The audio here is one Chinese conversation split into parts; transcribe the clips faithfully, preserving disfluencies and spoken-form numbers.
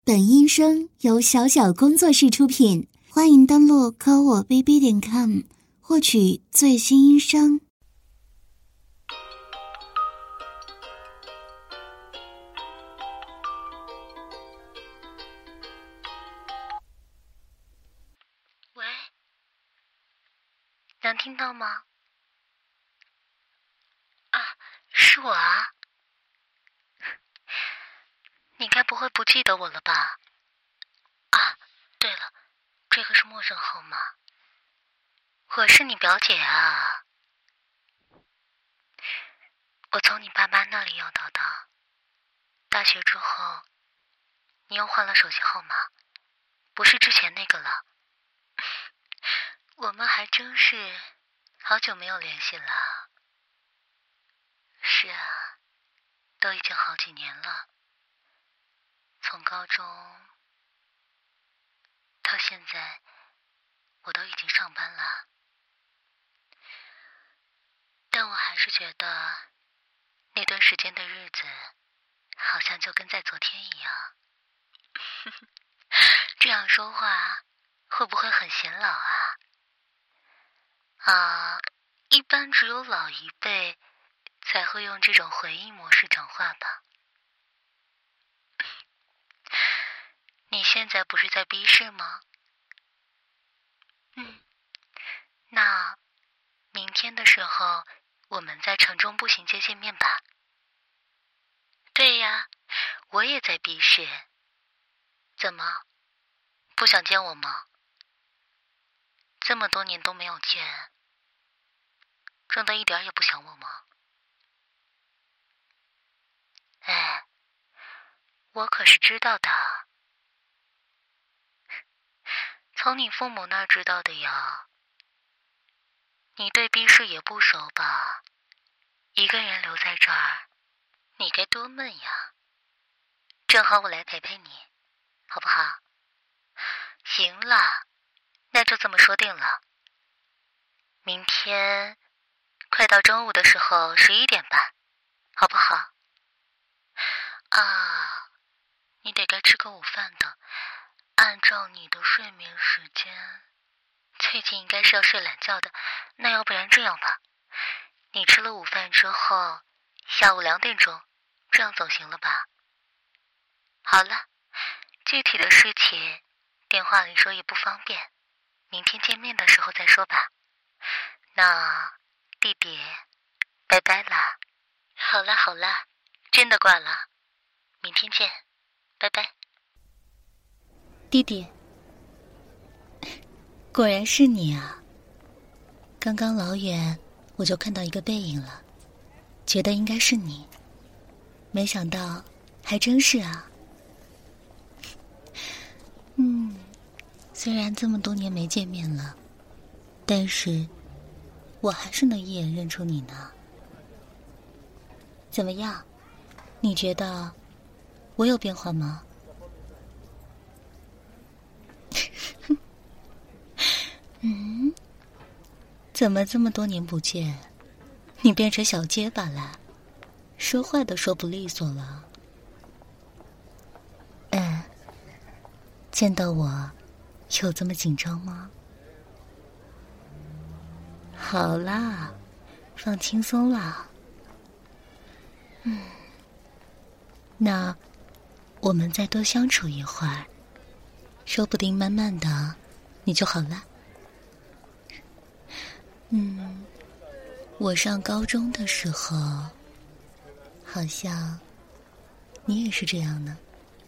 本音声由小小工作室出品，欢迎登录科我 B B 点 com 获取最新音声。 喂，能听到吗？啊，是我啊。你该不会不记得我了吧？啊，对了，这个是陌生号码。我是你表姐啊。我从你爸妈那里要到的。大学之后，你又换了手机号码，不是之前那个了。我们还真是好久没有联系了。是啊，都已经好几年了。从高中到现在，我都已经上班了，但我还是觉得那段时间的日子好像就跟在昨天一样。这样说话会不会很显老啊？啊，一般只有老一辈才会用这种回忆模式讲话吧。你现在不是在逼试吗？嗯，那明天的时候我们在城中步行街见面吧。对呀，我也在逼试。怎么，不想见我吗？这么多年都没有见，真的一点也不想我吗？哎，我可是知道的。从你父母那儿知道的呀。你对逼试也不熟吧？一个人留在这儿，你该多闷呀。正好我来陪陪你，好不好？行了，那就这么说定了。明天快到中午的时候十一点吧，好不好？啊，你得该吃个午饭的。按照你的睡眠时间，最近应该是要睡懒觉的。那要不然这样吧，你吃了午饭之后，下午两点钟，这样总行了吧？好了，具体的事情电话里说也不方便，明天见面的时候再说吧。那弟弟，拜拜啦。好了好了，真的挂了，明天见，拜拜。 弟弟，果然是你啊！刚刚老远我就看到一个背影了，觉得应该是你，没想到还真是啊。嗯，虽然这么多年没见面了，但是我还是能一眼认出你呢。怎么样？你觉得我有变化吗？嗯，怎么这么多年不见，你变成小结巴了，说话都说不利索了。嗯，见到我有这么紧张吗？好啦，放轻松啦。嗯，那我们再多相处一会儿，说不定慢慢的你就好了。嗯，我上高中的时候，好像你也是这样呢。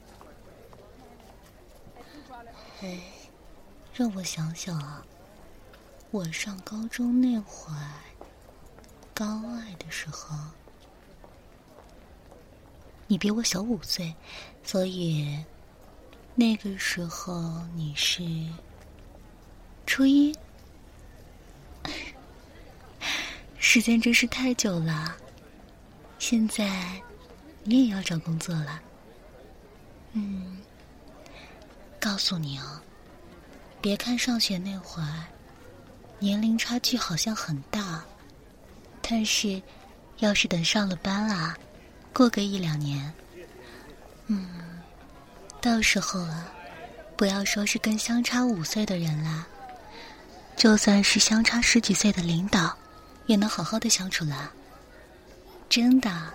哎，让我想想啊，我上高中那会儿，高二的时候，你比我小五岁，所以那个时候你是初一。时间真是太久了，现在你也要找工作了。嗯，告诉你哦，别看上学那会儿年龄差距好像很大，但是要是等上了班啊，过个一两年，嗯， 到时候啊，不要说是跟相差五岁的人啦，就算是相差十几岁的领导，也能好好的相处啦。真的。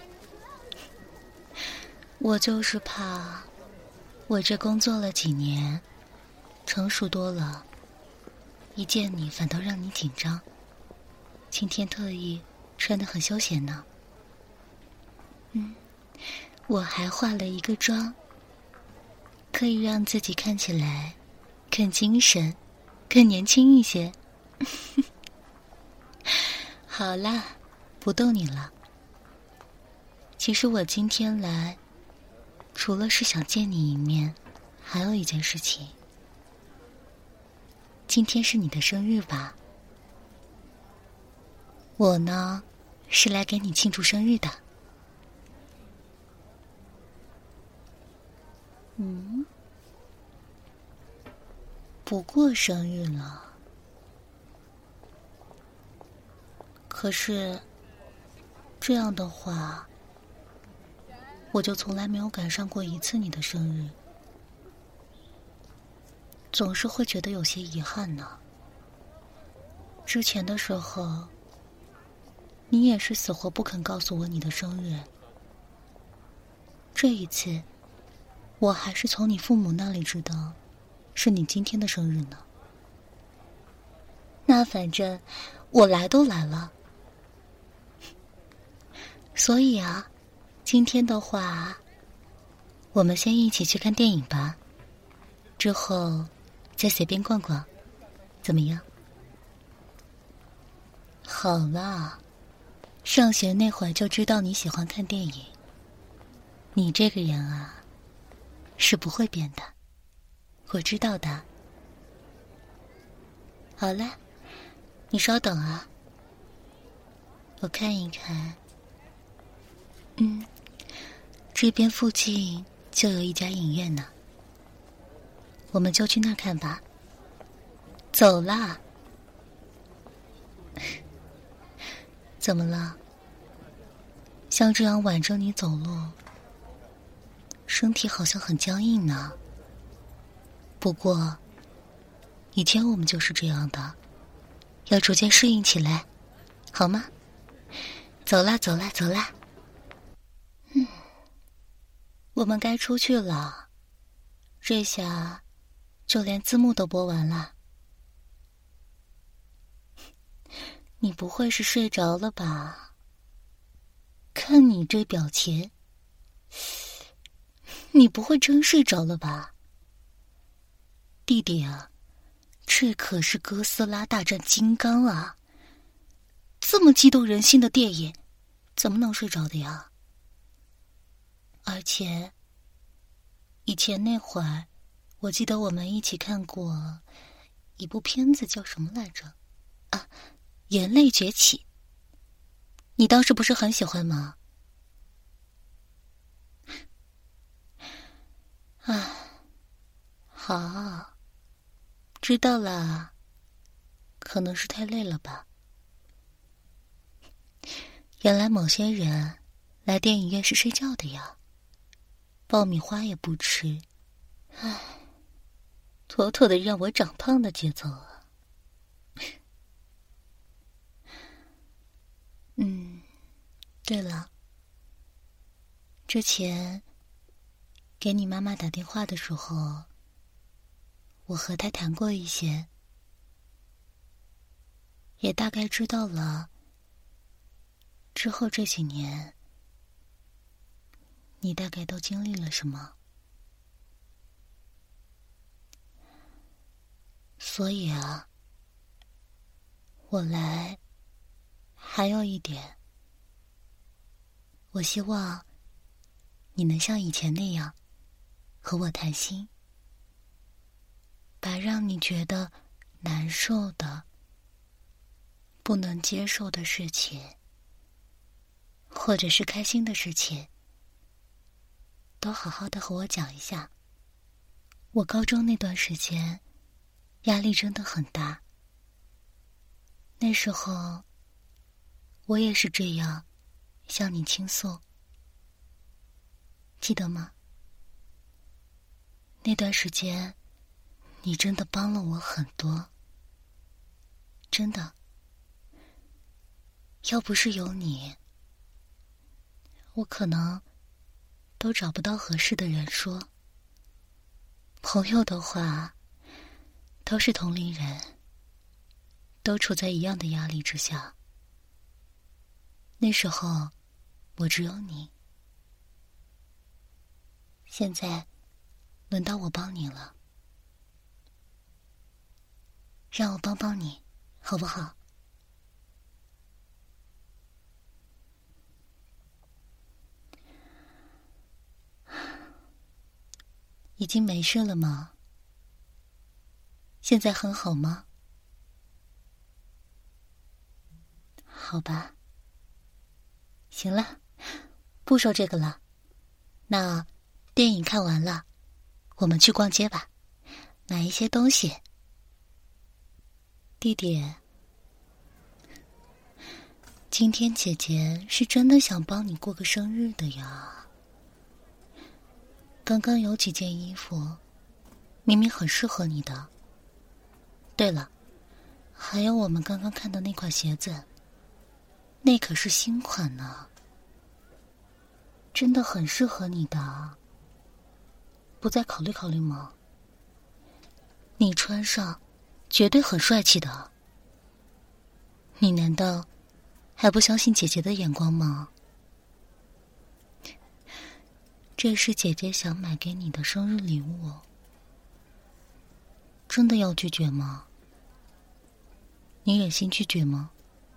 我就是怕，我这工作了几年，成熟多了，一见你反倒让你紧张。今天特意穿得很休闲呢。嗯，我还化了一个妆，可以让自己看起来更精神，更年轻一些。好啦，不逗你了。其实我今天来，除了是想见你一面，还有一件事情。今天是你的生日吧？我呢，是来给你庆祝生日的。嗯，不过生日了。可是，这样的话，我就从来没有赶上过一次你的生日，总是会觉得有些遗憾呢。之前的时候，你也是死活不肯告诉我你的生日。这一次，我还是从你父母那里知道，是你今天的生日呢。那反正我来都来了，所以啊，今天的话，我们先一起去看电影吧，之后再随便逛逛，怎么样？好啦，上学那会儿就知道你喜欢看电影，你这个人啊，是不会变的，我知道的。好了，你稍等啊，我看一看。嗯，这边附近就有一家影院呢，我们就去那儿看吧。走啦。怎么了？像这样挽着你走路，身体好像很僵硬呢。不过，以前我们就是这样的，要逐渐适应起来，好吗？走啦，走啦，走啦。嗯，我们该出去了。这下，就连字幕都播完了。你不会是睡着了吧？看你这表情，你不会真睡着了吧？弟弟啊，这可是哥斯拉大战金刚啊！这么激动人心的电影，怎么能睡着的呀？而且，以前那会儿，我记得我们一起看过一部片子，叫什么来着？啊，眼泪崛起。你当时不是很喜欢吗？啊，好，知道了，可能是太累了吧。原来某些人来电影院是睡觉的呀，爆米花也不吃，唉，妥妥的让我长胖的节奏啊。嗯，对了，之前给你妈妈打电话的时候，我和她谈过一些，也大概知道了之后这几年你大概都经历了什么。所以啊，我来还有一点，我希望你能像以前那样和我谈心，把让你觉得难受的、不能接受的事情，或者是开心的事情，都好好的和我讲一下。我高中那段时间压力真的很大，那时候我也是这样向你倾诉，记得吗？ 那段时间，你真的帮了我很多，真的。要不是有你，我可能都找不到合适的人说。朋友的话，都是同龄人，都处在一样的压力之下。那时候，我只有你。现在，轮到我帮你了。让我帮帮你，好不好？已经没事了吗？现在很好吗？好吧。行了，不说这个了。那电影看完了，我们去逛街吧，买一些东西。弟弟，今天姐姐是真的想帮你过个生日的呀。刚刚有几件衣服，明明很适合你的。对了，还有我们刚刚看的那款鞋子，那可是新款呢，真的很适合你的。不再考虑考虑吗？你穿上，绝对很帅气的。你难道还不相信姐姐的眼光吗？这是姐姐想买给你的生日礼物，真的要拒绝吗？你忍心拒绝吗？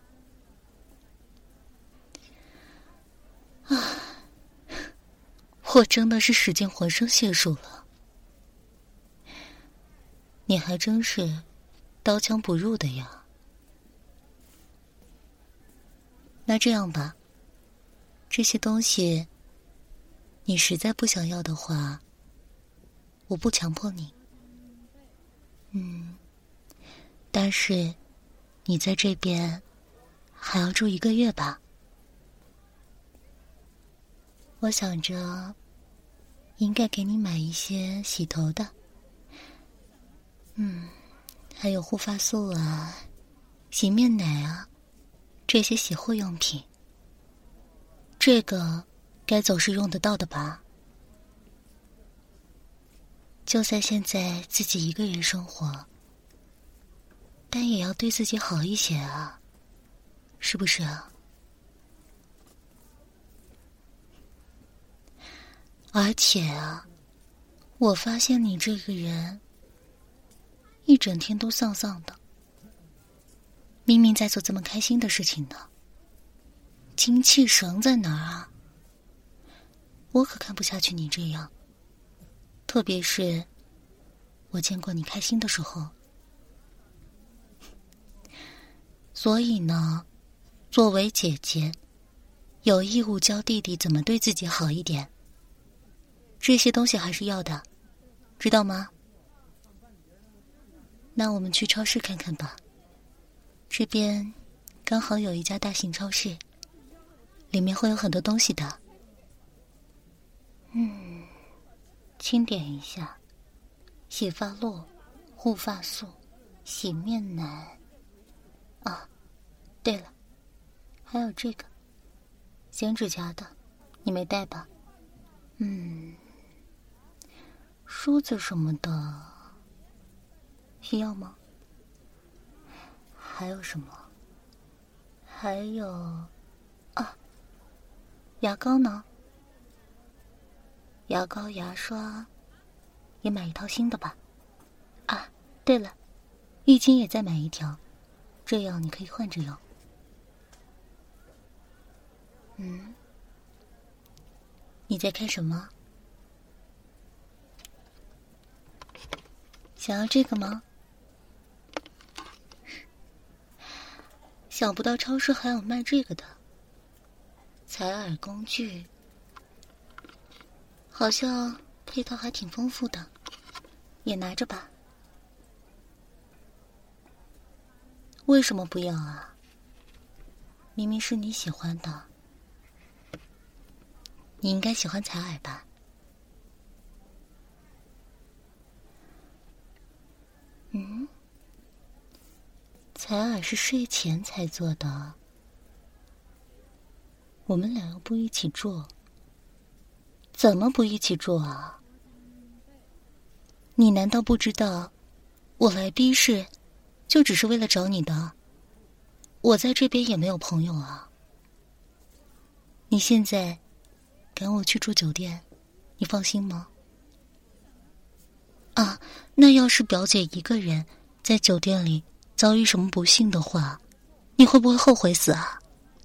啊，我真的是使尽浑身解数了。你还真是刀枪不入的呀。那这样吧，这些东西你实在不想要的话，我不强迫你。嗯，但是你在这边还要住一个月吧？我想着应该给你买一些洗头的，嗯，还有护发素啊、洗面奶啊，这些洗护用品。这个该总是用得到的吧？就算现在自己一个人生活，但也要对自己好一些啊，是不是啊？而且啊，我发现你这个人一整天都丧丧的，明明在做这么开心的事情呢，精气神在哪儿啊？我可看不下去你这样，特别是我见过你开心的时候。所以呢，作为姐姐，有义务教弟弟怎么对自己好一点。这些东西还是要的，知道吗？那我们去超市看看吧，这边刚好有一家大型超市，里面会有很多东西的。嗯，清点一下，洗发露、护发素、洗面奶。啊，对了，还有这个剪指甲的，你没带吧？嗯，梳子什么的需要吗？还有什么？还有啊，牙膏呢？牙膏、牙刷也买一套新的吧。啊，对了，浴巾也再买一条，这样你可以换着用。嗯，你在看什么？想要这个吗？想不到超市还有卖这个的，采耳工具，好像配套还挺丰富的，也拿着吧。为什么不要啊？明明是你喜欢的，你应该喜欢采耳吧？ 采耳是睡前才做的，我们俩又不一起住，怎么不一起住啊？你难道不知道，我来 B 市就只是为了找你的？我在这边也没有朋友啊。你现在赶我去住酒店，你放心吗？啊，那要是表姐一个人在酒店里遭遇什么不幸的话，你会不会后悔死啊？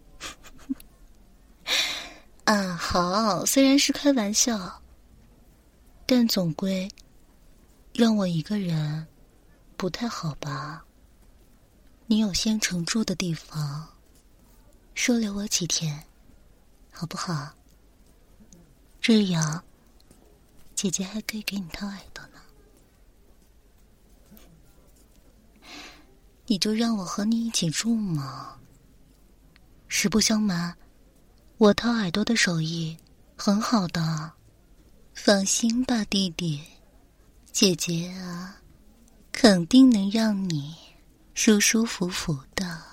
啊，好，虽然是开玩笑，但总归让我一个人不太好吧？你有县城住的地方，收留我几天，好不好？这样，姐姐还可以给你掏耳朵呢。你就让我和你一起住嘛。实不相瞒，我掏耳朵的手艺很好的，放心吧，弟弟，姐姐啊，肯定能让你舒舒服服的，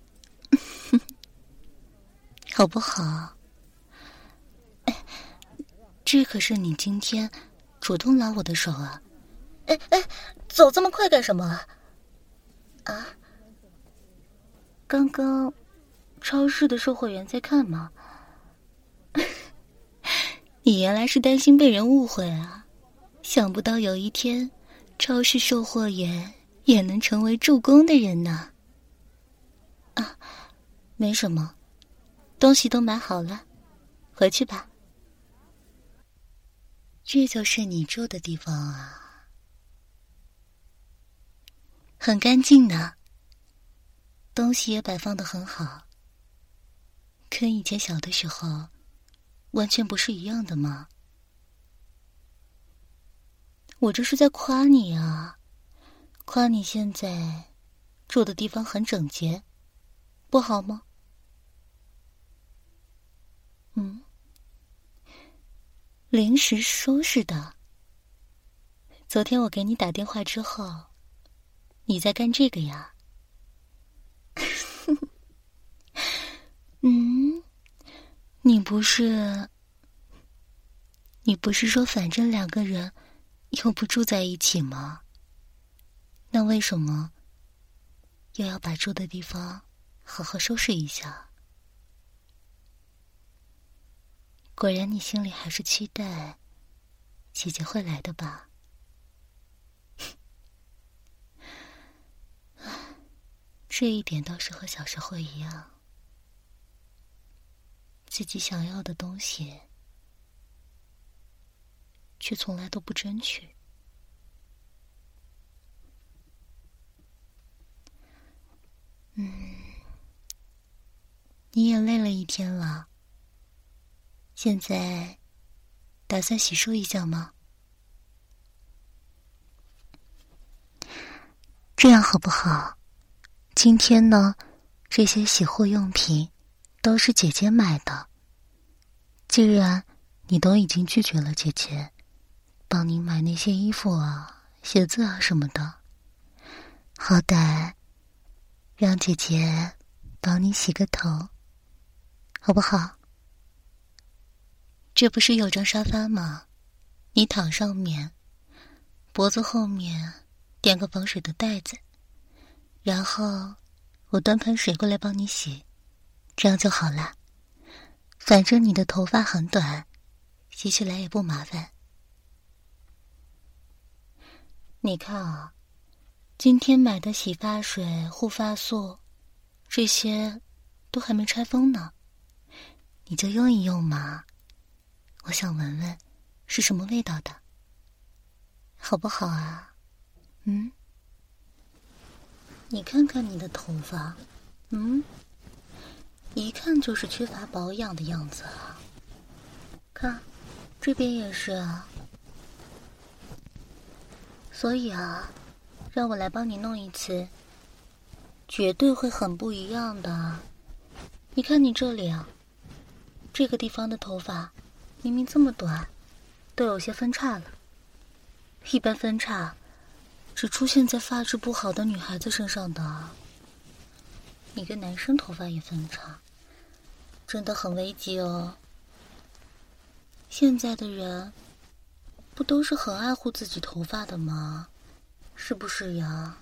好不好？哎，这可是你今天主动拉我的手啊！哎哎，走这么快干什么啊？啊，刚刚超市的售货员在看吗？你原来是担心被人误会啊，想不到有一天超市售货员也能成为助攻的人呢。啊，没什么，东西都买好了，回去吧。这就是你住的地方啊，很干净的，东西也摆放得很好，跟以前小的时候完全不是一样的吗？我这是在夸你啊，夸你现在住的地方很整洁，不好吗？嗯，临时收拾的。昨天我给你打电话之后，你在干这个呀？嗯，你不是，你不是说反正两个人又不住在一起吗？那为什么又要把住的地方好好收拾一下？果然你心里还是期待姐姐会来的吧？这一点倒是和小时候一样，自己想要的东西却从来都不争取。嗯，你也累了一天了，现在打算洗漱一下吗？这样好不好？今天呢，这些洗护用品都是姐姐买的。既然你都已经拒绝了姐姐帮你买那些衣服啊、鞋子啊什么的，好歹让姐姐帮你洗个头，好不好？这不是有张沙发吗？你躺上面，脖子后面垫个防水的袋子，然后我端盆水过来帮你洗，这样就好了。反正你的头发很短，洗起来也不麻烦。你看啊，今天买的洗发水、护发素，这些都还没拆封呢，你就用一用嘛。我想闻闻是什么味道的，好不好啊？嗯？你看看你的头发，嗯，一看就是缺乏保养的样子啊。看，这边也是啊。所以啊，让我来帮你弄一次，绝对会很不一样的。你看你这里啊，这个地方的头发明明这么短，都有些分叉了。一般分叉只出现在发质不好的女孩子身上的。 你跟男生头发也分叉，真的很危急哦。现在的人不都是很爱护自己头发的吗？是不是呀？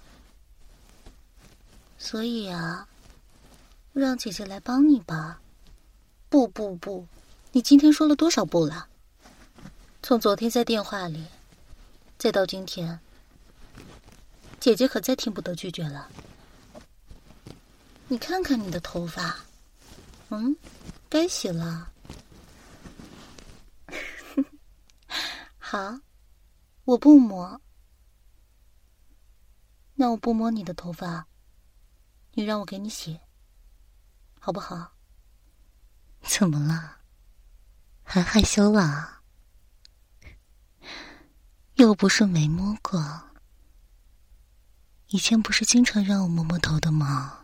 所以啊，让姐姐来帮你吧。不不不，你今天说了多少不了？从昨天在电话里，再到今天，姐姐可再听不得拒绝了。你看看你的头发，嗯，该洗了。好，我不摸。那我不摸你的头发，你让我给你洗，好不好？怎么了？还害羞啊？又不是没摸过，以前不是经常让我摸摸头的吗？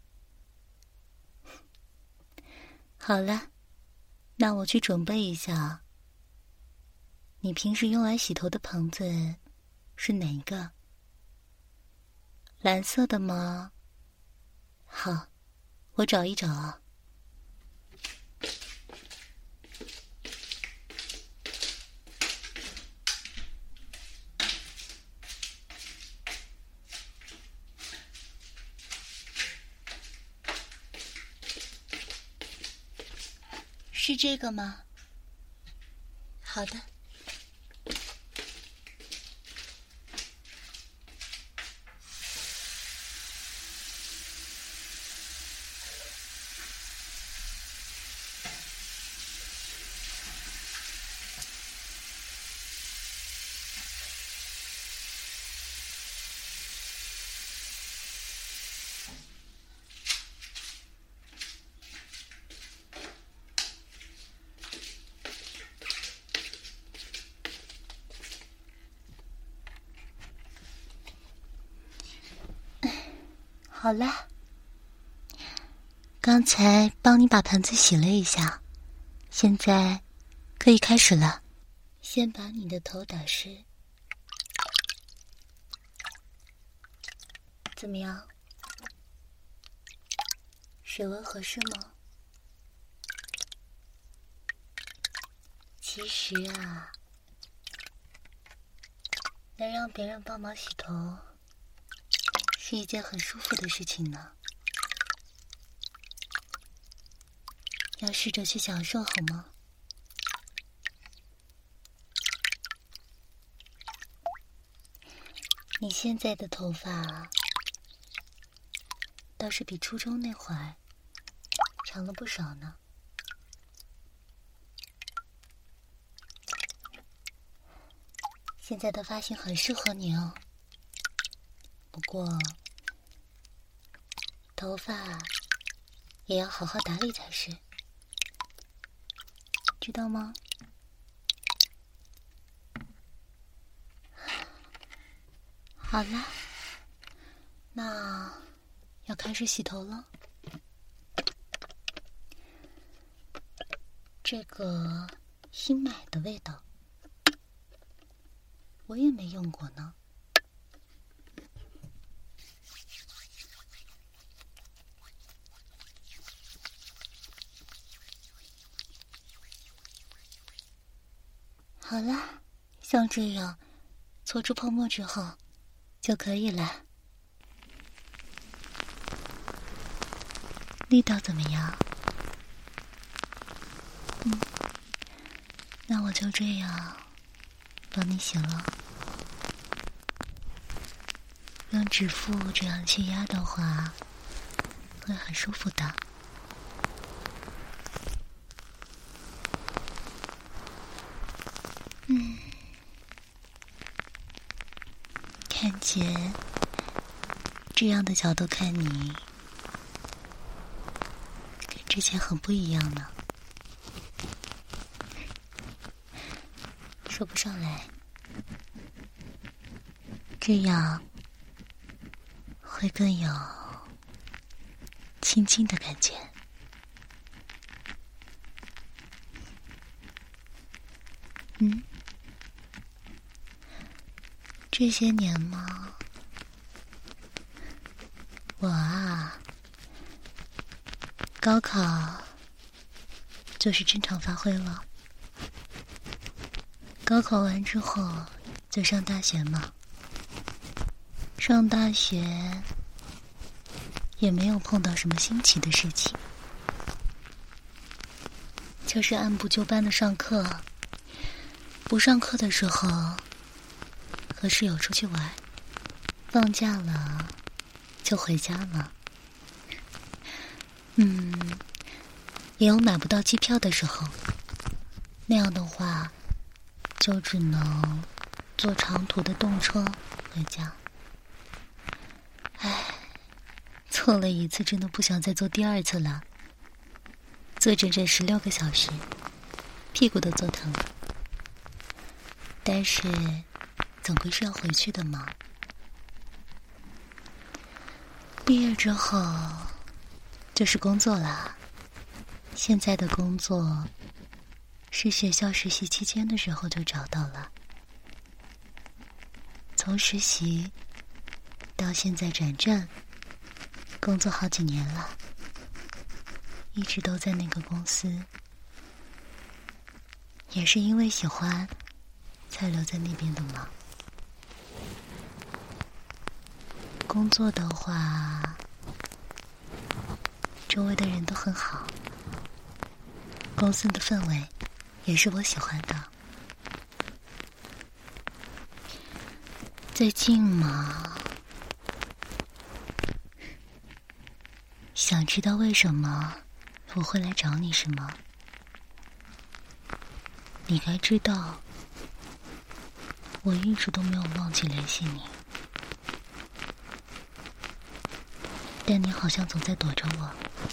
好了，那我去准备一下。你平时用来洗头的盆子是哪一个？蓝色的吗？好，我找一找啊。是这个吗？好的。好了，刚才帮你把盆子洗了一下，现在可以开始了。先把你的头打湿，怎么样？水温合适吗？其实啊，能让别人帮忙洗头是一件很舒服的事情呢，要试着去享受好吗？你现在的头发倒是比初中那会儿长了不少呢。现在的发型很适合你哦。不过，头发也要好好打理才是，知道吗？好了，那要开始洗头了。这个新买的味道，我也没用过呢。好啦，像这样搓出泡沫之后就可以了。力道怎么样？嗯，那我就这样帮你洗了。用指腹这样去压的话，会很舒服的。嗯，感觉这样的角度看你，跟之前很不一样呢。说不上来，这样会更有亲近的感觉。嗯，这些年嘛，我啊高考就是正常发挥了。高考完之后就上大学嘛。上大学也没有碰到什么新奇的事情，就是按部就班的上课。不上课的时候和室友出去玩，放假了就回家了。嗯，也有买不到机票的时候，那样的话就只能坐长途的动车回家。唉，坐了一次真的不想再坐第二次了，坐整整十六个小时，屁股都坐疼了。但是总归是要回去的嘛。毕业之后就是工作啦。现在的工作是学校实习期间的时候就找到了，从实习到现在转正，工作好几年了，一直都在那个公司，也是因为喜欢才留在那边的嘛。工作的话，周围的人都很好，公司的氛围也是我喜欢的。最近嘛，想知道为什么我会来找你是吗？你该知道，我一直都没有忘记联系你，但你好像总在躲着我。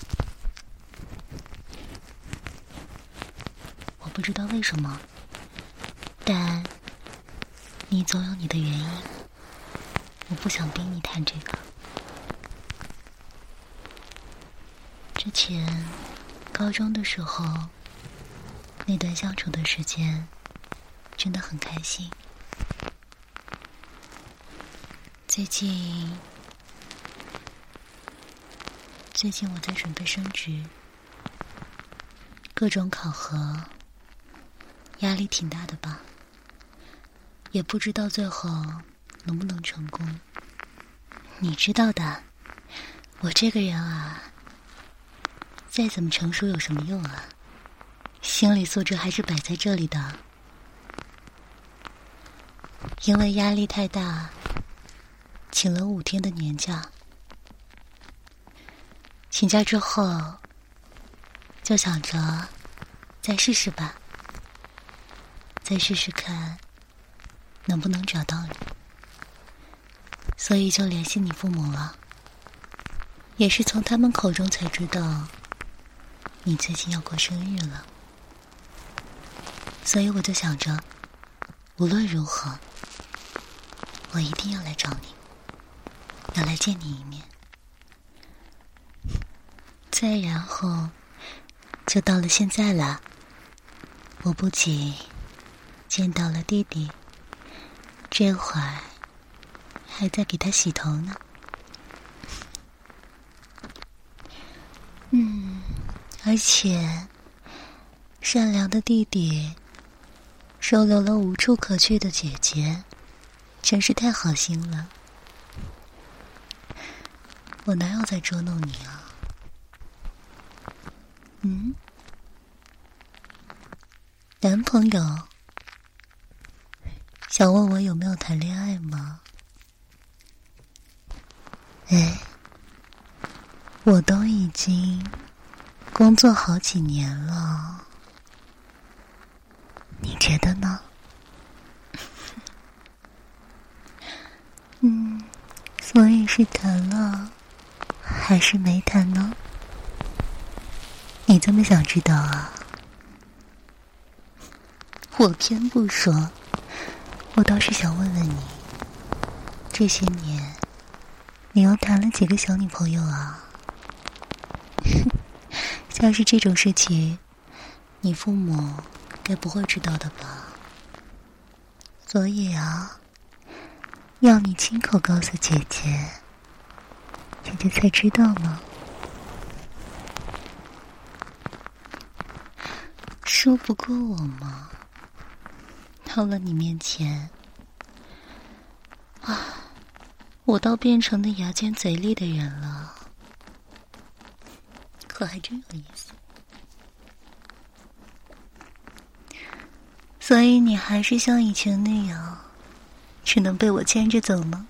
我不知道为什么，但你总有你的原因，我不想逼你谈这个。之前高中的时候，那段相处的时间真的很开心。最近最近我在准备升职，各种考核，压力挺大的吧，也不知道最后能不能成功。你知道的，我这个人啊，再怎么成熟有什么用啊，心理素质还是摆在这里的。因为压力太大，请了五天的年假。请假之后就想着再试试吧，再试试看能不能找到你，所以就联系你父母了。也是从他们口中才知道你最近要过生日了，所以我就想着无论如何我一定要来找你，要来见你一面。再然后就到了现在了，我不仅见到了弟弟，这会儿还在给他洗头呢。嗯，而且善良的弟弟收留了无处可去的姐姐，真是太好心了。我哪有在捉弄你啊？嗯，男朋友想问我有没有谈恋爱吗？哎，我都已经工作好几年了，你觉得呢？嗯，所以是谈了还是没谈呢？你这么想知道啊？我偏不说，我倒是想问问你，这些年你又谈了几个小女朋友啊？像是这种事情，你父母该不会知道的吧？所以啊，要你亲口告诉姐姐，姐姐才知道呢。 说不过我吗？到了你面前，啊，我倒变成了牙尖嘴利的人了，可还真有意思。所以你还是像以前那样，只能被我牵着走吗？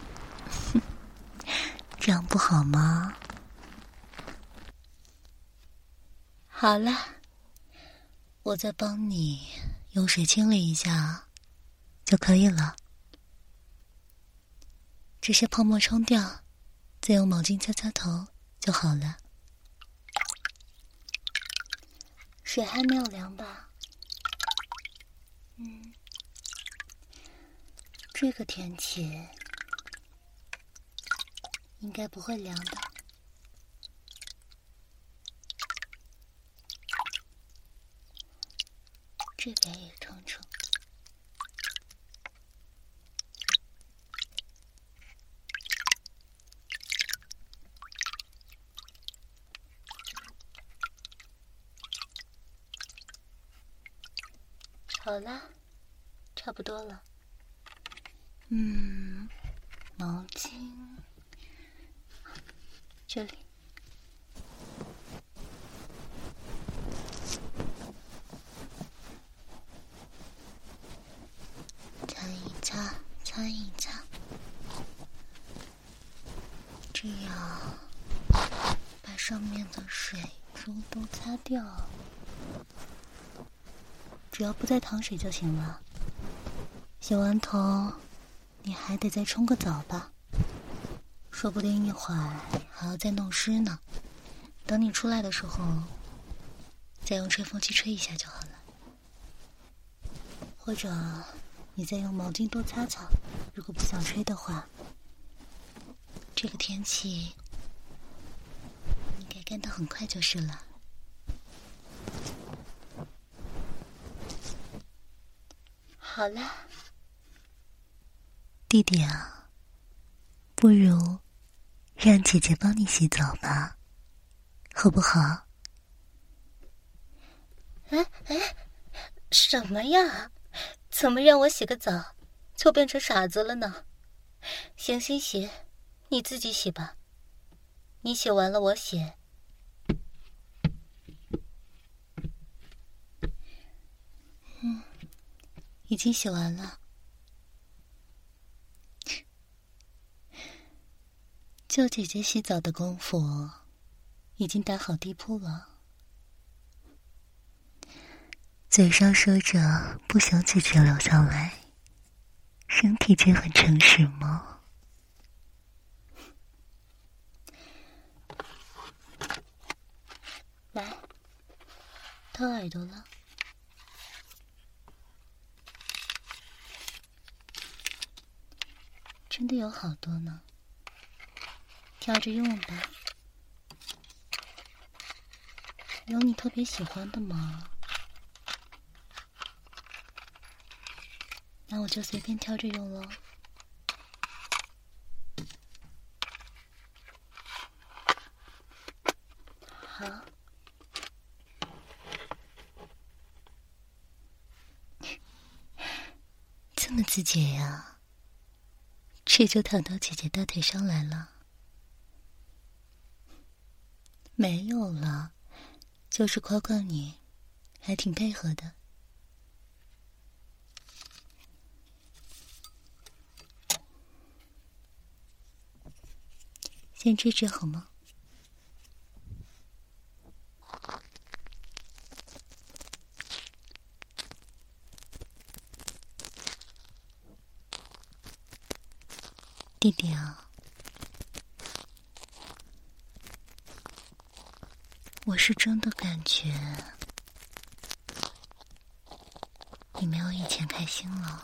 这样不好吗？好了，我再帮你用水清理一下就可以了。这些泡沫冲掉，再用毛巾擦擦头就好了。水还没有凉吧？嗯，这个天气应该不会凉的。这边也冲冲。好了，差不多了。嗯，毛巾这里。擦一擦，擦一擦，这样把上面的水珠都擦掉。只要不再淌水就行了。洗完头，你还得再冲个澡吧？说不定一会儿还要再弄湿呢。等你出来的时候，再用吹风机吹一下就好了。或者你再用毛巾多擦擦，如果不想吹的话。这个天气应该干得很快就是了。好了，弟弟啊，不如让姐姐帮你洗澡吧，好不好？哎哎，什么呀？怎么让我洗个澡就变成傻子了呢？行行行，你自己洗吧。你洗完了我洗。嗯，已经洗完了。救姐姐洗澡的功夫已经打好地铺了，嘴上说着不想姐姐留下来，身体却很诚实吗？来，掏耳朵了。真的有好多呢，挑着用吧。有你特别喜欢的吗？那我就随便挑着用咯。好。这么自觉呀？这就躺到姐姐大腿上来了。没有了，就是夸夸你，还挺配合的。先吃吃好吗？弟弟啊，我是真的感觉你没有以前开心了。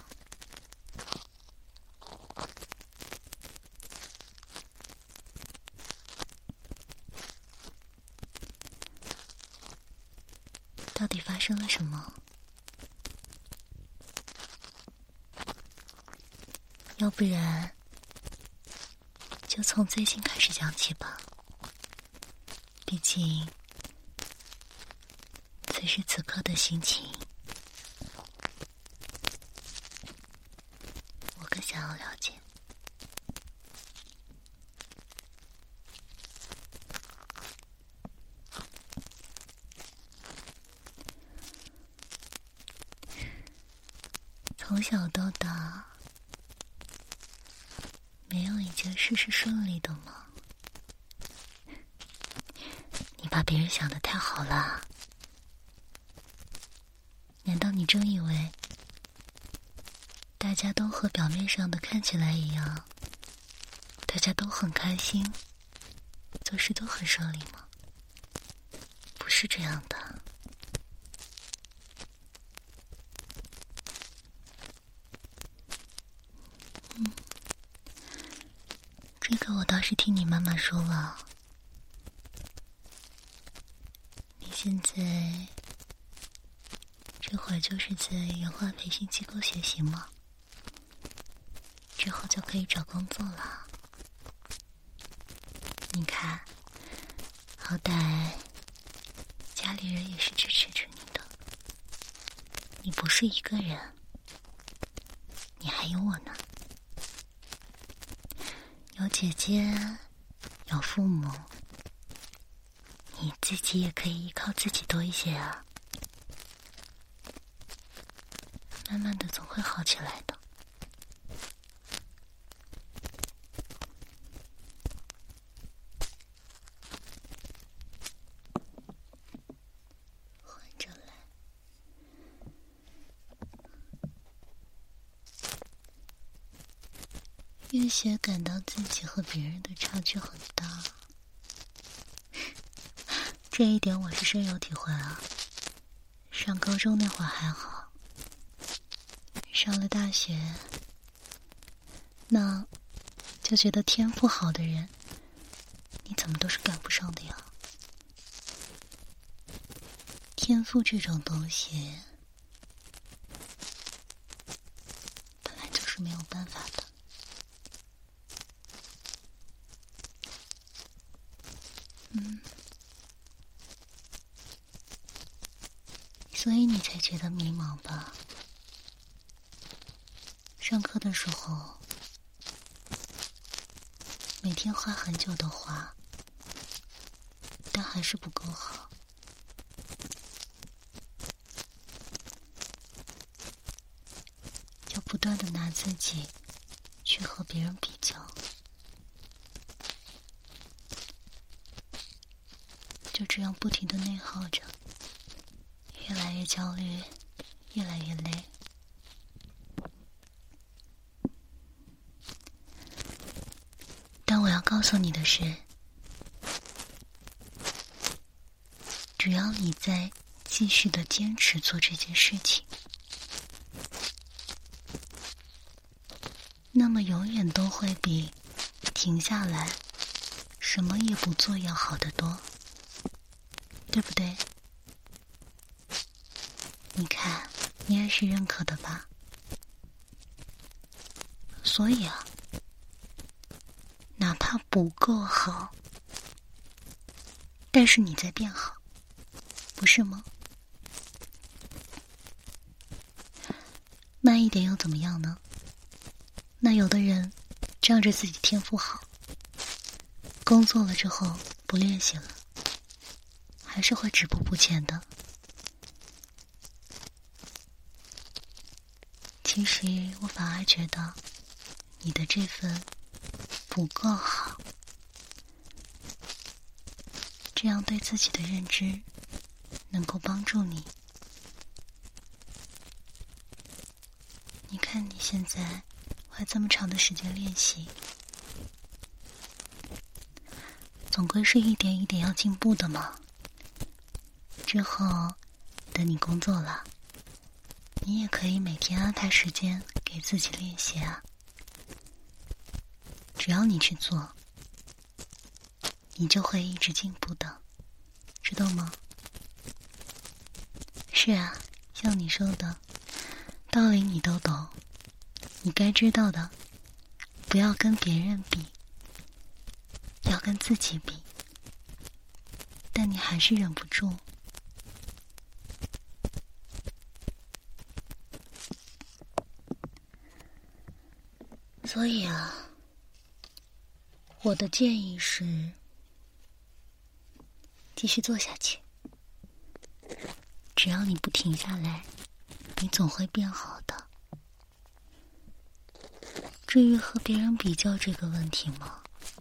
到底发生了什么？要不然就从最近开始讲起吧，毕竟此时此刻的心情，我更想要了解。从小到大，没有一件事是顺利的吗？你把别人想得太好了。难道你真以为大家都和表面上的看起来一样，大家都很开心，做事都很顺利吗？不是这样的。嗯，这个我倒是听你妈妈说了。你现在这会儿就是在研化培训机构学习吗？之后就可以找工作了。你看，好歹家里人也是支持着你的，你不是一个人，你还有我呢。有姐姐，有父母，你自己也可以依靠自己多一些啊。慢慢的总会好起来的。换着来。越学感到自己和别人的差距很大，这一点我是深有体会啊。上高中那会儿还好，上了大学，那就觉得天赋好的人，你怎么都是赶不上的呀。天赋这种东西，本来就是没有办法的。嗯，所以你才觉得迷茫吧？上课的时候，每天画很久的画，但还是不够好。就不断的拿自己去和别人比较，就这样不停的内耗着，越来越焦虑，越来越累。但我要告诉你的是，只要你在继续的坚持做这件事情，那么永远都会比停下来什么也不做要好得多，对不对？你看，你也是认可的吧？所以啊，哪怕不够好，但是你在变好，不是吗？慢一点又怎么样呢？那有的人仗着自己天赋好，工作了之后不练习了，还是会止步不前的。其实我反而觉得你的这份不够好，这样对自己的认知能够帮助你。你看你现在花这么长的时间练习，总归是一点一点要进步的嘛。之后等你工作了，你也可以每天安排时间给自己练习啊。只要你去做，你就会一直进步的，知道吗？是啊，像你说的，道理你都懂，你该知道的，不要跟别人比，要跟自己比。但你还是忍不住， 所以啊，我的建议是继续做下去。只要你不停下来，你总会变好的。至于和别人比较这个问题嘛，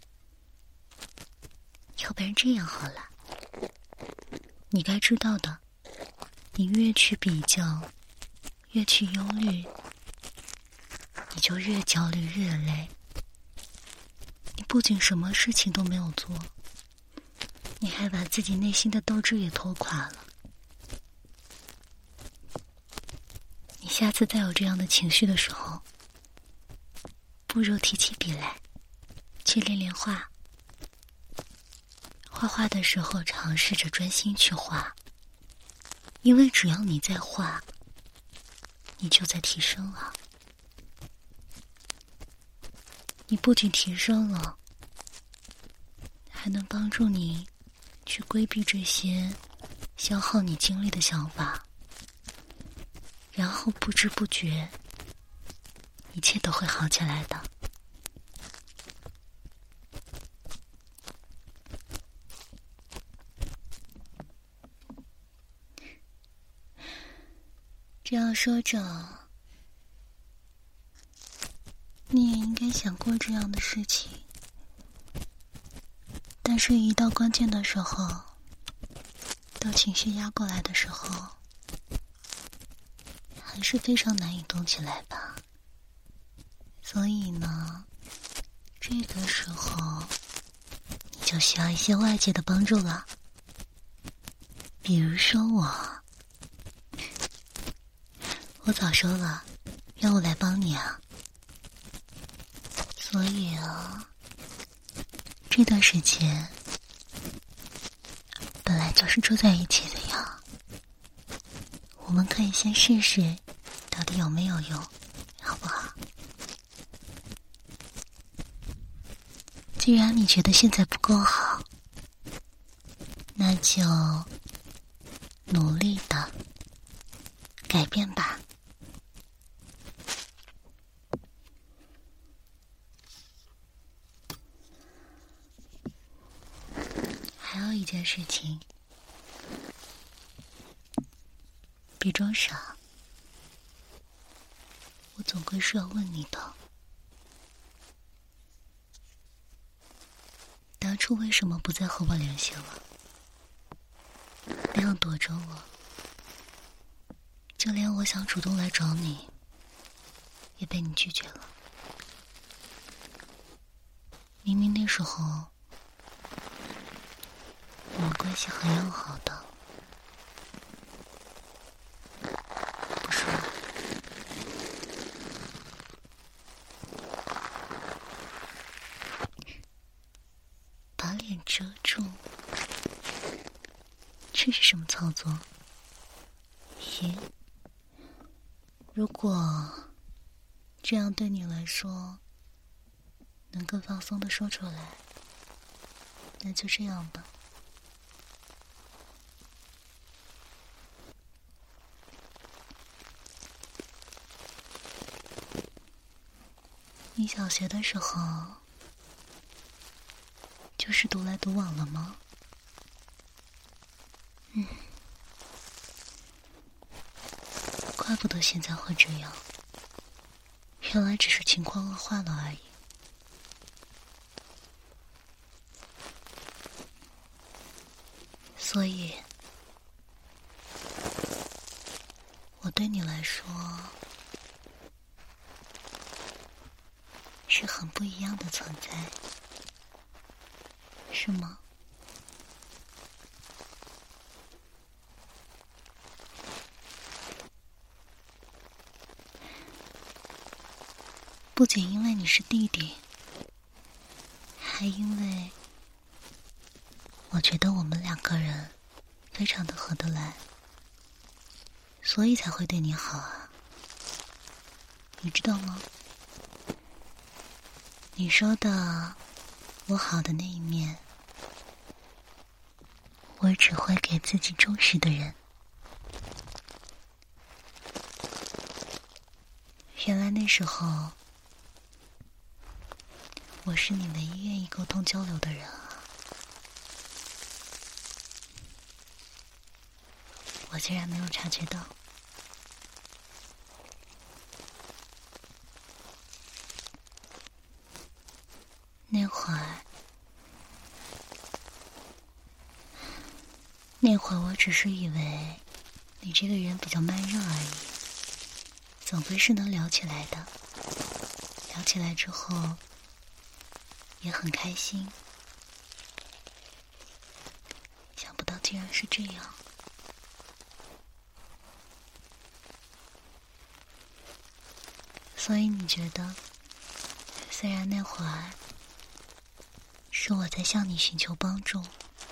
要不然这样好了，你该知道的，你越去比较，越去忧虑，你就越焦虑越累。你不仅什么事情都没有做，你还把自己内心的斗志也拖垮了。你下次再有这样的情绪的时候，不如提起笔来，去练练画。画画的时候尝试着专心去画，因为只要你在画，你就在提升了。你不仅提升了，还能帮助你去规避这些消耗你精力的想法，然后不知不觉，一切都会好起来的。这样说着，你也应该想过这样的事情，但是一到关键的时候，到情绪压过来的时候，还是非常难以动起来吧。所以呢，这个时候你就需要一些外界的帮助了，比如说我。我早说了，让我来帮你啊。所以啊，这段时间本来就是住在一起的呀，我们可以先试试到底有没有用，好不好？既然你觉得现在不够好，那就努力的改变吧。还有一件事情，别装傻，我总归是要问你的。当初为什么不再和我联系了？那样躲着我，就连我想主动来找你，也被你拒绝了。明明那时候我们关系很要好的，不是吗？把脸遮住，这是什么操作？咦，如果这样对你来说能更放松的说出来，那就这样吧。你小学的时候就是独来独往了吗？嗯，怪不得现在会这样，原来只是情况恶化了而已。所以我对你来说是很不一样的存在，是吗？不仅因为你是弟弟，还因为我觉得我们两个人非常的合得来，所以才会对你好啊，你知道吗？你说的我好的那一面，我只会给自己忠实的人。原来那时候我是你唯一愿意沟通交流的人啊。我竟然没有察觉到。那会儿，那会儿我只是以为你这个人比较慢热而已，总归是能聊起来的。聊起来之后，也很开心。想不到竟然是这样。所以你觉得，虽然那会儿是我在向你寻求帮助，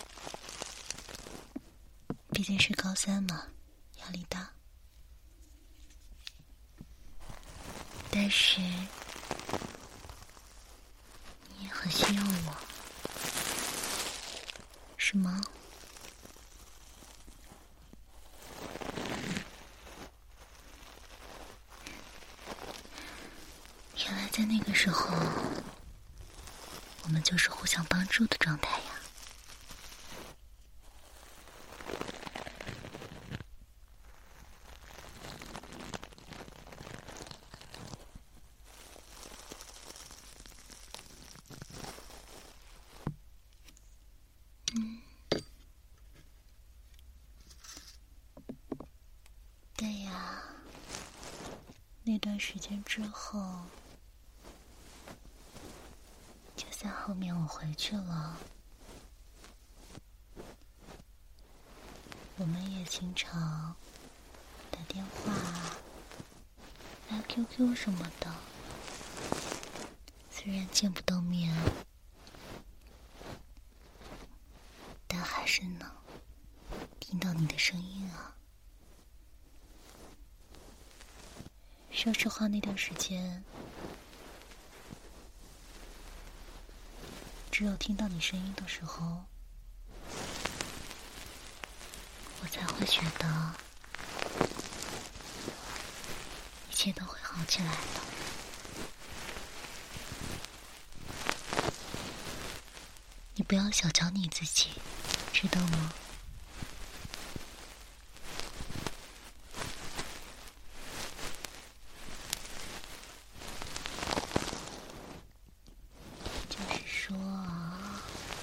毕竟是高三嘛，压力大，但是你也很需要我，是吗？原来在那个时候，我们就是互相帮助的状态呀。嗯，对呀，那段时间之后，就在后面我回去了，我们也经常打电话、发 Q Q 什么的，虽然见不到面，但还是能听到你的声音啊。说实话，那段时间只有听到你声音的时候，我才会觉得一切都会好起来的。你不要小瞧你自己，知道吗？就是说啊，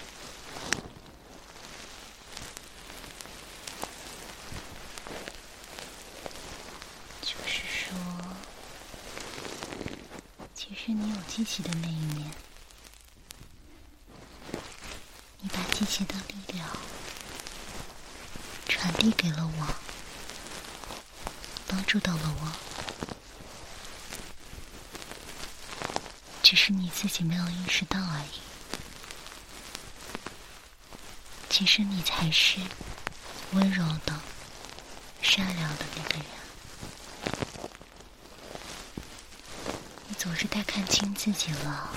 就是说，其实你有积极的那一面，你把积极的力量传递给了我，帮助到了我，只是你自己没有意识到而已。其实你才是温柔的、善良的那个人。你总是太看清自己了，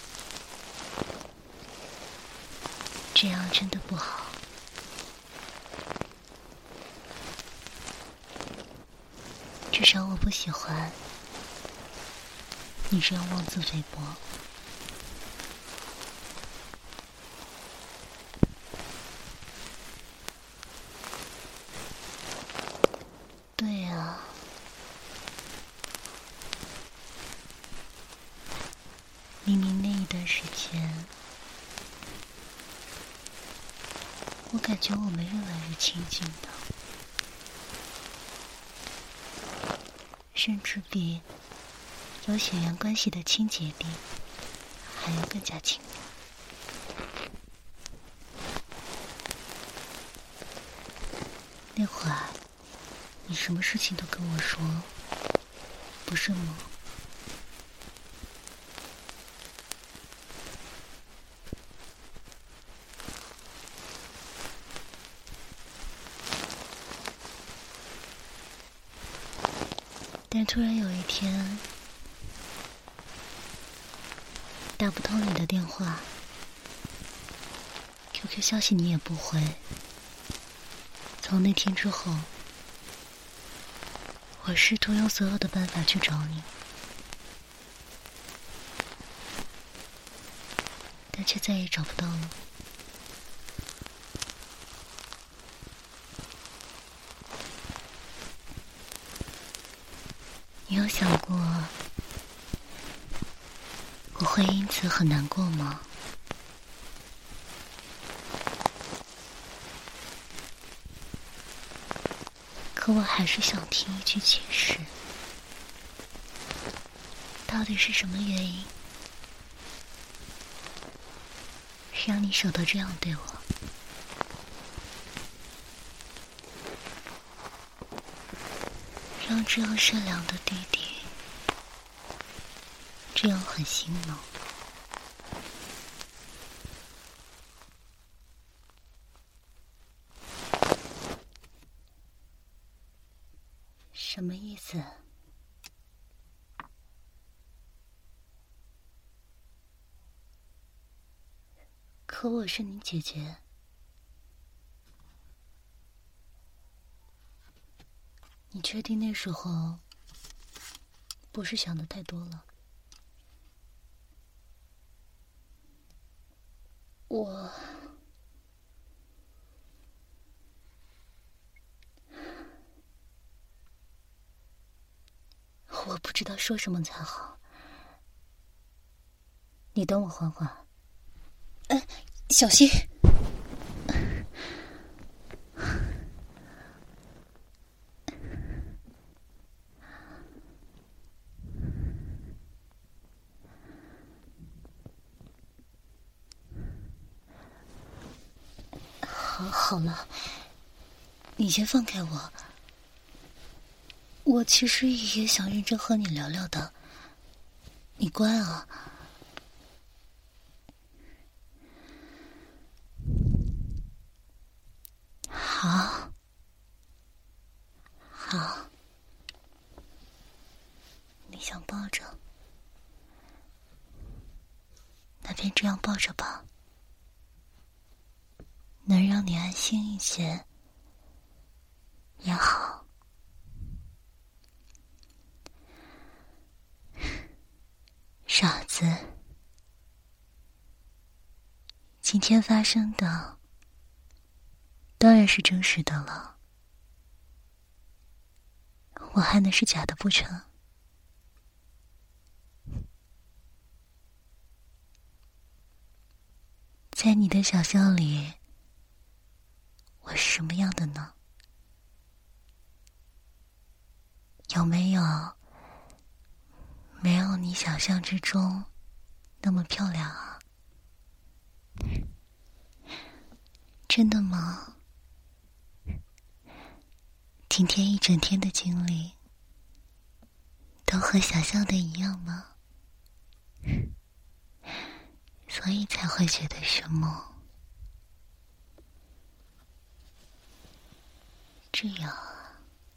这样真的不好。至少我不喜欢你这样妄自菲薄。对啊，明明那一段时间，我感觉我们越来越亲近的，甚至比有血缘关系的亲姐弟还要更加亲密。那会儿，你什么事情都跟我说，不是吗？但突然有一天，打不通你的电话， Q Q 消息你也不回。从那天之后，我试图用所有的办法去找你， 但却再也找不到了。你有想过我会因此很难过吗？可我还是想听一句解释，到底是什么原因让你舍得这样对我？让这样善良的弟弟这样狠心呢？什么意思？可我是你姐姐，你确定那时候不是想的太多了？我我不知道说什么才好，你等我缓缓。嗯，小心。好，好了，你先放开我。我其实也想认真和你聊聊的，你乖啊。好，好，你想抱着，那便这样抱着吧，能让你安心一些也好。傻子，今天发生的当然是真实的了，我还能是假的不成？在你的想象里，我是什么样的呢？有没有没有你想象之中那么漂亮啊？真的吗？今天一整天的经历都和想象的一样吗？所以才会觉得是梦。这样啊，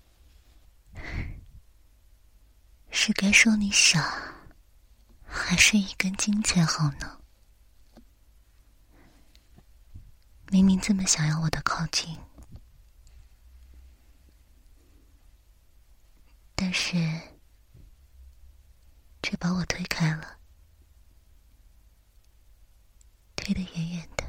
是该说你傻，还是一根筋才好呢？明明这么想要我的靠近，但是却把我推开了，推得远远的。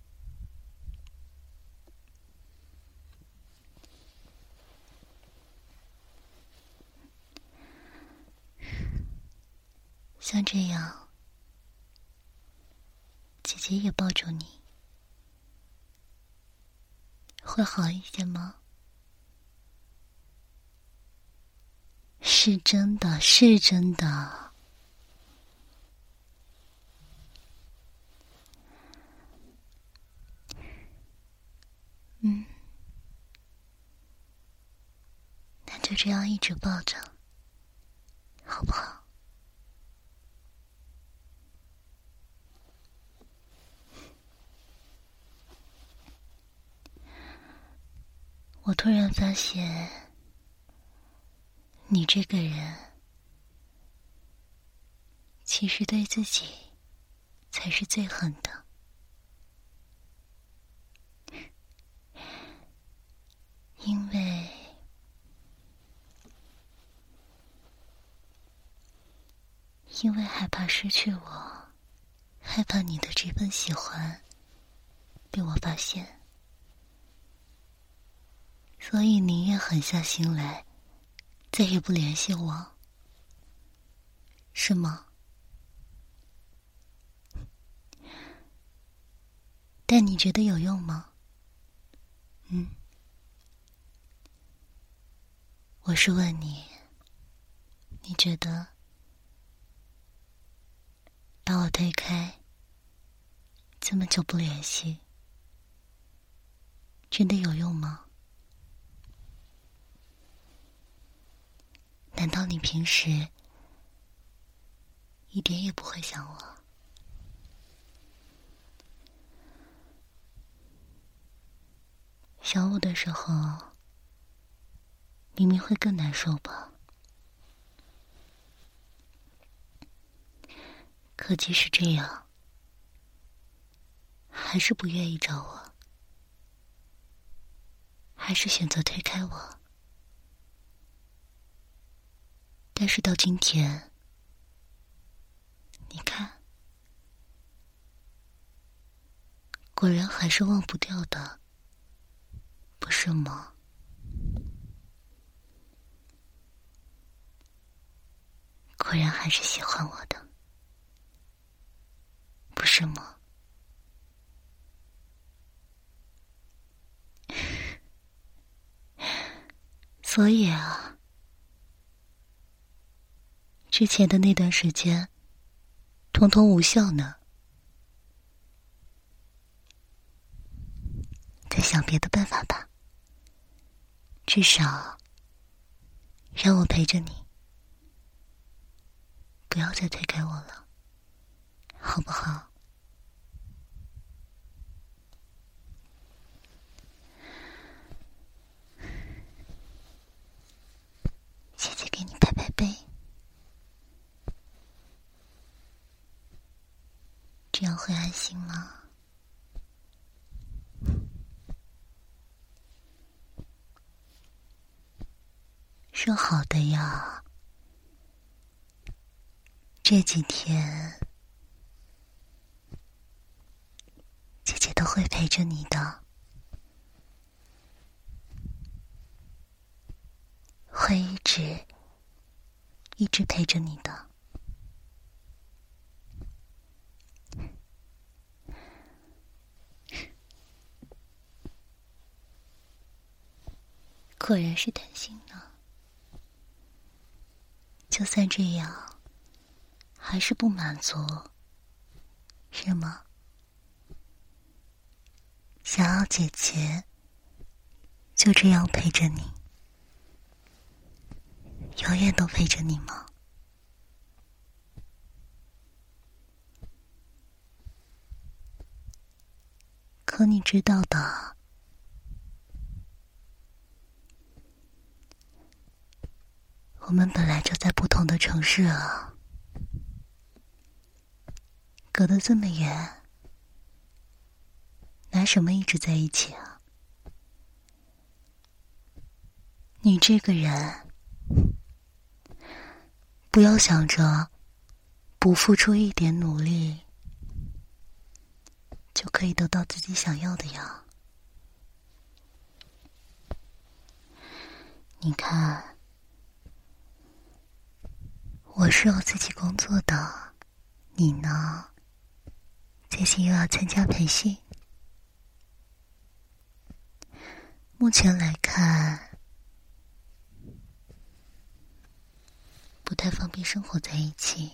像这样，姐姐也抱住你，会好一些吗？是真的，是真的。嗯，那就这样一直抱着，好不好？我突然发现，你这个人其实对自己才是最狠的。因为因为害怕失去我， 害怕你的这份喜欢被我发现，所以宁愿狠下心来，再也不联系我，是吗？但你觉得有用吗？嗯，我是问你，你觉得把我推开，这么久不联系，真的有用吗？难道你平时一点也不会想我？想我的时候，明明会更难受吧？可即使这样，还是不愿意找我，还是选择推开我。但是到今天，你看，果然还是忘不掉的，不是吗？果然还是喜欢我的，不是吗？所以啊，之前的那段时间通通无效呢。再想别的办法吧，至少让我陪着你，不要再推开我了，好不好？姐姐给你拍拍背，这样会安心吗？说好的呀，这几天姐姐都会陪着你的，会一直一直陪着你的。果然是贪心呢。就算这样，还是不满足，是吗？想要姐姐就这样陪着你，永远都陪着你吗？可你知道的，我们本来就在不同的城市啊，隔得这么远，拿什么一直在一起啊？你这个人，不要想着不付出一点努力就可以得到自己想要的呀。你看，我是有自己工作的，你呢？最近又要参加培训，目前来看不太方便生活在一起，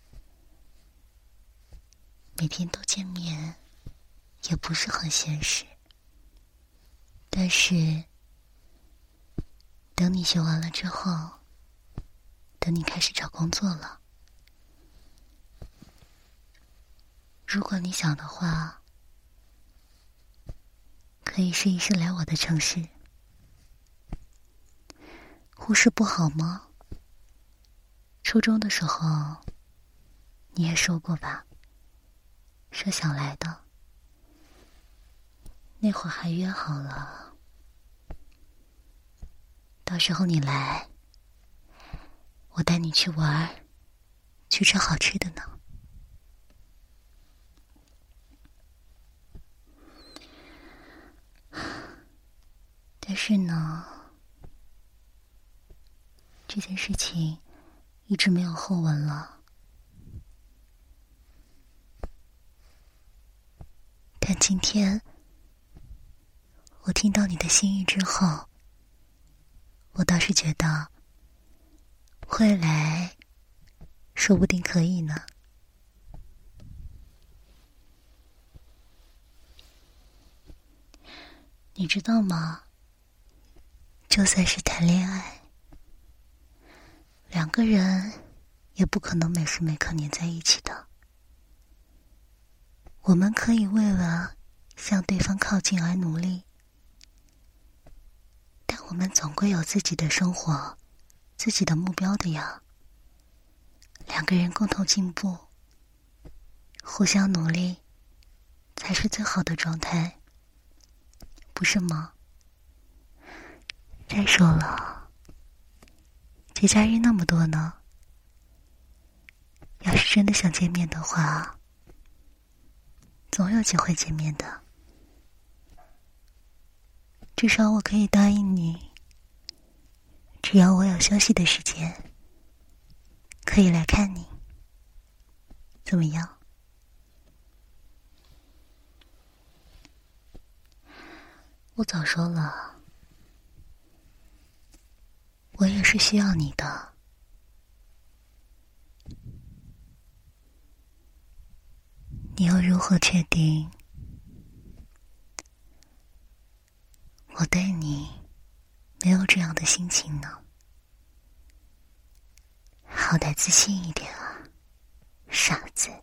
每天都见面也不是很现实。但是等你学完了之后，等你开始找工作了，如果你想的话，可以试一试来我的城市。护士不好吗？初中的时候你也说过吧，说想来的，那会儿还约好了，到时候你来，我带你去玩，去吃好吃的呢。 但是呢，这件事情一直没有后文了。但今天我听到你的心意之后，我倒是觉得未来说不定可以呢。你知道吗？就算是谈恋爱，两个人也不可能每时每刻黏在一起的。我们可以为了向对方靠近而努力，但我们总归有自己的生活，自己的目标的呀。两个人共同进步，互相努力，才是最好的状态，不是吗？再说了，节假日那么多呢，要是真的想见面的话，总有机会见面的。至少我可以答应你，只要我有休息的时间，可以来看你，怎么样？我早说了，我也是需要你的。你又如何确定我对你没有这样的心情呢？好歹自信一点啊，傻子。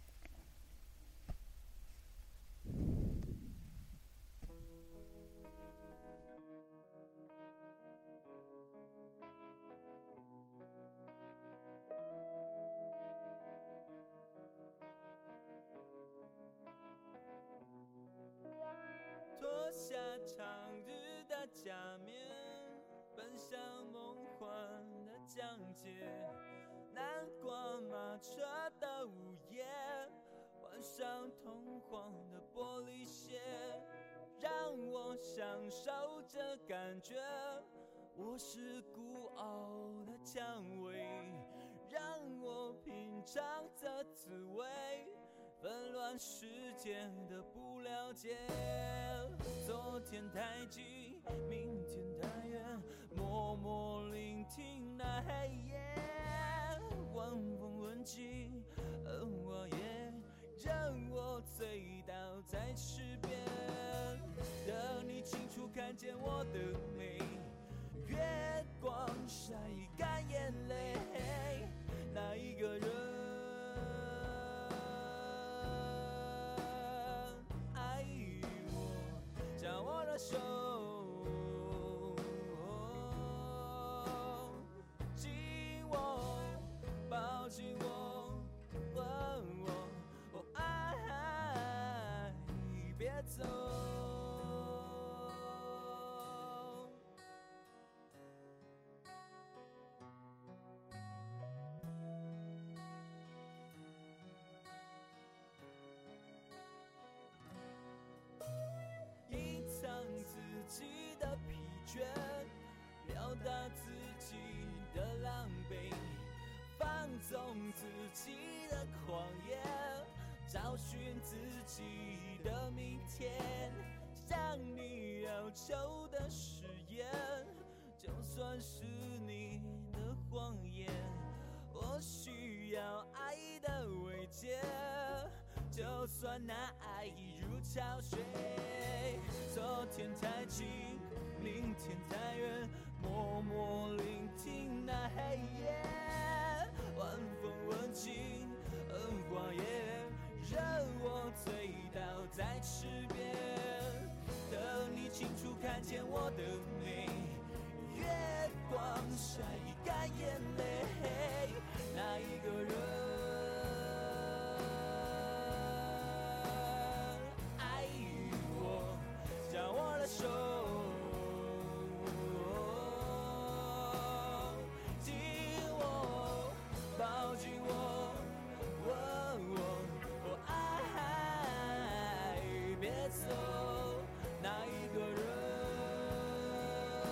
脱下长日的假面，奔向梦幻的疆界，南瓜马车的午夜，换上通黄的玻璃鞋，让我享受这感觉，我是孤傲的蔷薇，让我品尝这滋味，纷乱世界的不了解，昨天太近，明天太远，默默聆听那黑夜，晚风吻尽，而我也让我醉倒在池边，等你清楚看见我的美，月光晒干眼泪，那一个人手，紧我，抱紧我，吻我，哦爱，别走。自己的疲倦，表达自己的狼狈，放纵自己的狂野，找寻自己的明天，向你要求的誓言，就算是你的谎言，我需要爱的慰藉，就算那爱已如潮水，昨天太近，明天太远，默默聆听那黑夜，晚风吻尽，而花叶让我醉倒在池边，等你清楚看见我的美，月光晒干眼泪，那一个人手，紧我，抱紧我，吻我，我爱，别走，那一个人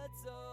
走。